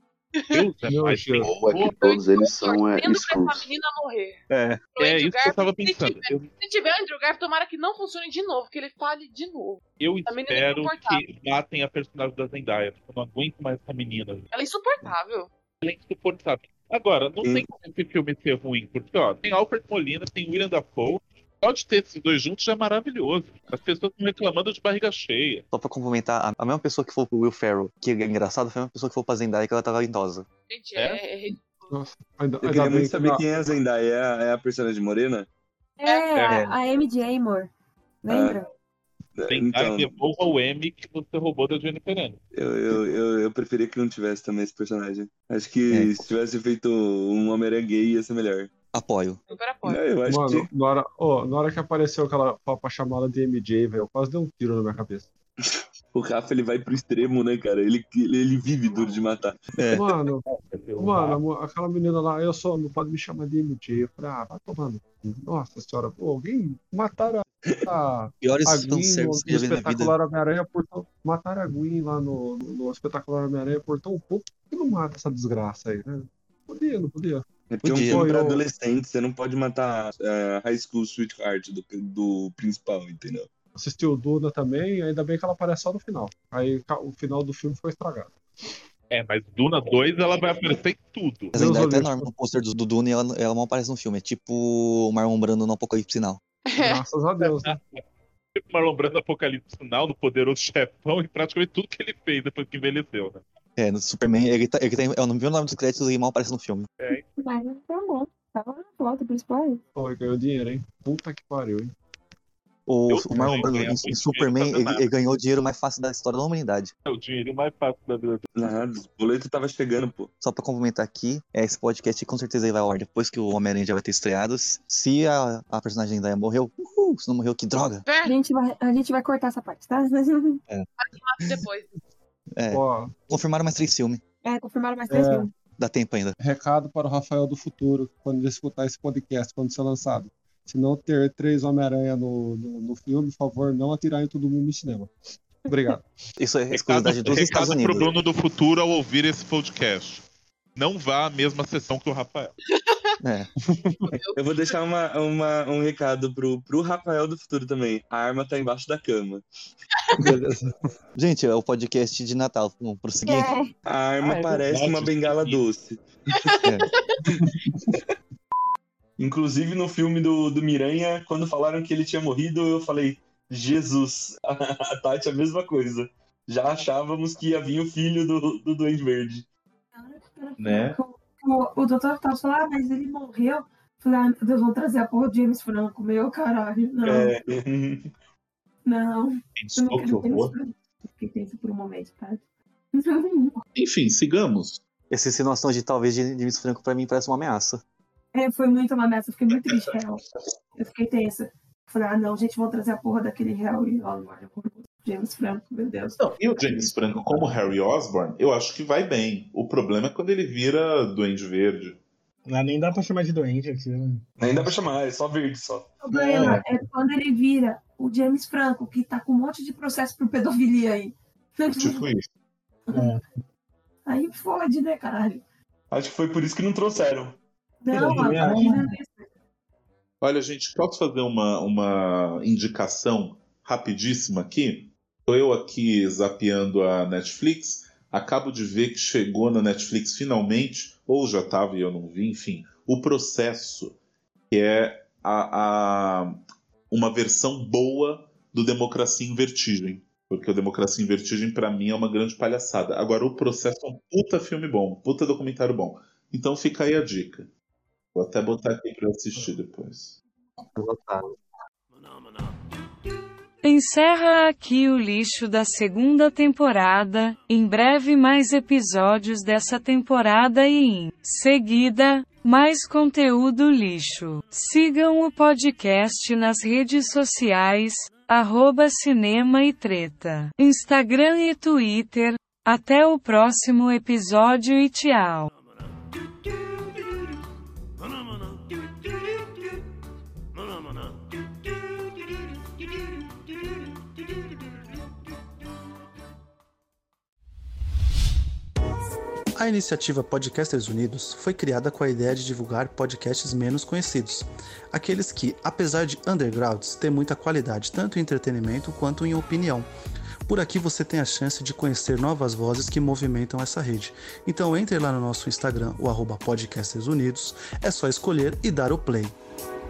Deus é Meu mais. Deus. Ou é que todos eles são é, Torcendo pra essa screws. menina morrer. É. Pro É Andrew isso que eu Garfield, tava se pensando. tiver- Eu, Se tiver Andrew Garfield, tomara que não funcione de novo, que ele fale de novo. eu A menina é espero insuportável. que matem a personagem da Zendaya. porque Eu não aguento mais essa menina. Ela é insuportável. Ela é insuportável. Agora, não Sim. tem como esse filme ser ruim, porque ó, tem Alfred Molina, tem William Dafoe. Só de ter esses dois juntos já é maravilhoso. As pessoas estão reclamando de barriga cheia. Só pra complementar, a- a mesma pessoa que foi pro Will Ferrell, que é engraçado, foi a mesma pessoa que foi pra Zendaya, que ela tava idosa. Gente, É? é, é ridículo. Nossa, ainda, Eu ainda queria bem muito que saber na- quem é a Zendaya. É a, é a personagem morena? É, É. a, a M J, amor. Lembra? Zendaya Então, devolva o M que você roubou da Jennifer Aniston. eu, eu, eu, eu preferia que não tivesse também esse personagem. Acho que É. se tivesse feito um Homem-Aranha gay ia ser melhor. Apoio. Super Não, apoio. eu acho Mano, que na hora, ó, na hora que apareceu aquela pra, pra chamar ela de M J, velho, eu quase dei um tiro na minha cabeça. o Rafa ele vai pro extremo, né, cara? Ele, ele, ele vive duro de matar. É. Mano, Eu- mano, a mo- aquela menina lá, eu só não pode me chamar de M J. Eu falei, ah, vai tomando. Nossa senhora, pô, alguém mataram a, Piores a Gwen no, fanservice que no eu já vi na vida. espetacular Homem-Aranha por tão. Mataram a Gwen lá no, no, no espetacular Homem-Aranha por tão pouco. Por que não mata essa desgraça aí, né? Podia, não podia. É porque é um Podia. filme pra Eu- adolescente, você não pode matar é, High School Sweetheart do, do principal, entendeu? Assistiu o Duna também, ainda bem que ela aparece só no final. Aí ca- o final do filme foi estragado. É, mas Duna dois ela vai aparecer em tudo. A Deus Zendaya tá olhou. enorme no pôster do, do Dune e ela, ela não aparece no filme. É tipo o Marlon Brando no Apocalipse Sinal. Graças a Deus, né? Tipo Marlon Brando Apocalipse Final, no Poderoso Chefão e praticamente tudo que ele fez depois que envelheceu, né? É, no Superman, ele tá, ele tá, eu não vi o nome dos créditos e mal aparece no filme. Mas tá bom. Tava na foto principal aí. Pô, ele ganhou dinheiro, hein? Puta que pariu, hein? O, Eu o Marlon também Brando ganho em, muito em Superman, dinheiro ele, fazendo ele ganhou o dinheiro mais fácil da história da humanidade. É o dinheiro mais fácil da vida dele. Nada, os boletos tava chegando, pô. Só pra complementar aqui, é, esse podcast com certeza ele vai ao ar depois que o Homem-Aranha já vai ter estreado. Se a, a personagem da morreu, uhul, se não morreu, que droga. A gente vai, a gente vai cortar essa parte, tá? Depois. É, Ó, confirmaram mais três filmes. É, confirmaram mais três É. filmes. Dá tempo ainda. recado para o Rafael do futuro, quando ele escutar esse podcast, quando ser lançado. Se não ter três Homem-Aranha no, no, no filme, por favor, não atirar em todo mundo no cinema. Obrigado. Isso é Recado, exclusividade dos Estados recado pro Unidos. Bruno do futuro ao ouvir esse podcast. Não vá à mesma sessão que o Rafael. É. Eu vou deixar uma, uma, um recado pro, pro Rafael do futuro também. A arma tá embaixo da cama. Beleza. Gente, é o podcast de Natal. Vamos prosseguir. É, A arma Ah, é parece verdade, uma bengala esqueci. doce. É. Inclusive no filme do, do Miranha, quando falaram que ele tinha morrido, eu falei, Jesus, a Tati é a mesma coisa. Já achávamos que ia vir o filho do, do Duende Verde. Né? o, o doutor Octopus falou, ah, mas ele morreu. Eu falei, ah, meu Deus, vão trazer a porra do James Franco. Meu caralho, não, É, não. Eu Pensou não que quero James horror? Franco. Fiquei tenso por um momento, tá? Enfim, sigamos. Essa insinuação de talvez de James Franco pra mim parece uma ameaça. É, foi muito uma ameaça, eu fiquei muito triste, real. Eu fiquei tensa. Falei, ah, não, gente, vão trazer a porra daquele Harry Osborn. James Franco, meu Deus. Não, e o James Franco como Harry Osborn, eu acho que vai bem. O problema é quando ele vira Duende Verde. Não, nem dá pra chamar de doente aqui. Né? nem dá pra chamar, é só verde só. O problema é quando ele vira o James Franco, que tá com um monte de processo por pedofilia aí. Tipo isso. É. Aí fode, né, caralho? Acho que foi por isso que não trouxeram. Não, Eu também a acho. vida é Olha, gente, posso fazer uma, uma indicação rapidíssima aqui? Estou eu aqui zapeando a Netflix. Acabo de ver que chegou na Netflix finalmente, ou já estava e eu não vi, enfim, O Processo, que é a, a, uma versão boa do Democracia em Vertigem. Porque o Democracia em Vertigem, pra mim, é uma grande palhaçada. Agora, O Processo é um puta filme bom, puta documentário bom. Então fica aí a dica. Vou até botar aqui pra eu assistir depois. Encerra aqui o lixo da segunda temporada, em breve mais episódios dessa temporada e em seguida, mais conteúdo lixo. Sigam o podcast nas redes sociais, arroba Cinema e Treta, Instagram e Twitter. Até o próximo episódio e tchau. A iniciativa Podcasters Unidos foi criada com a ideia de divulgar podcasts menos conhecidos, aqueles que, apesar de undergrounds, têm muita qualidade tanto em entretenimento quanto em opinião. Por aqui você tem a chance de conhecer novas vozes que movimentam essa rede. Então entre lá no nosso Instagram, o arroba Podcasters Unidos, é só escolher e dar o play.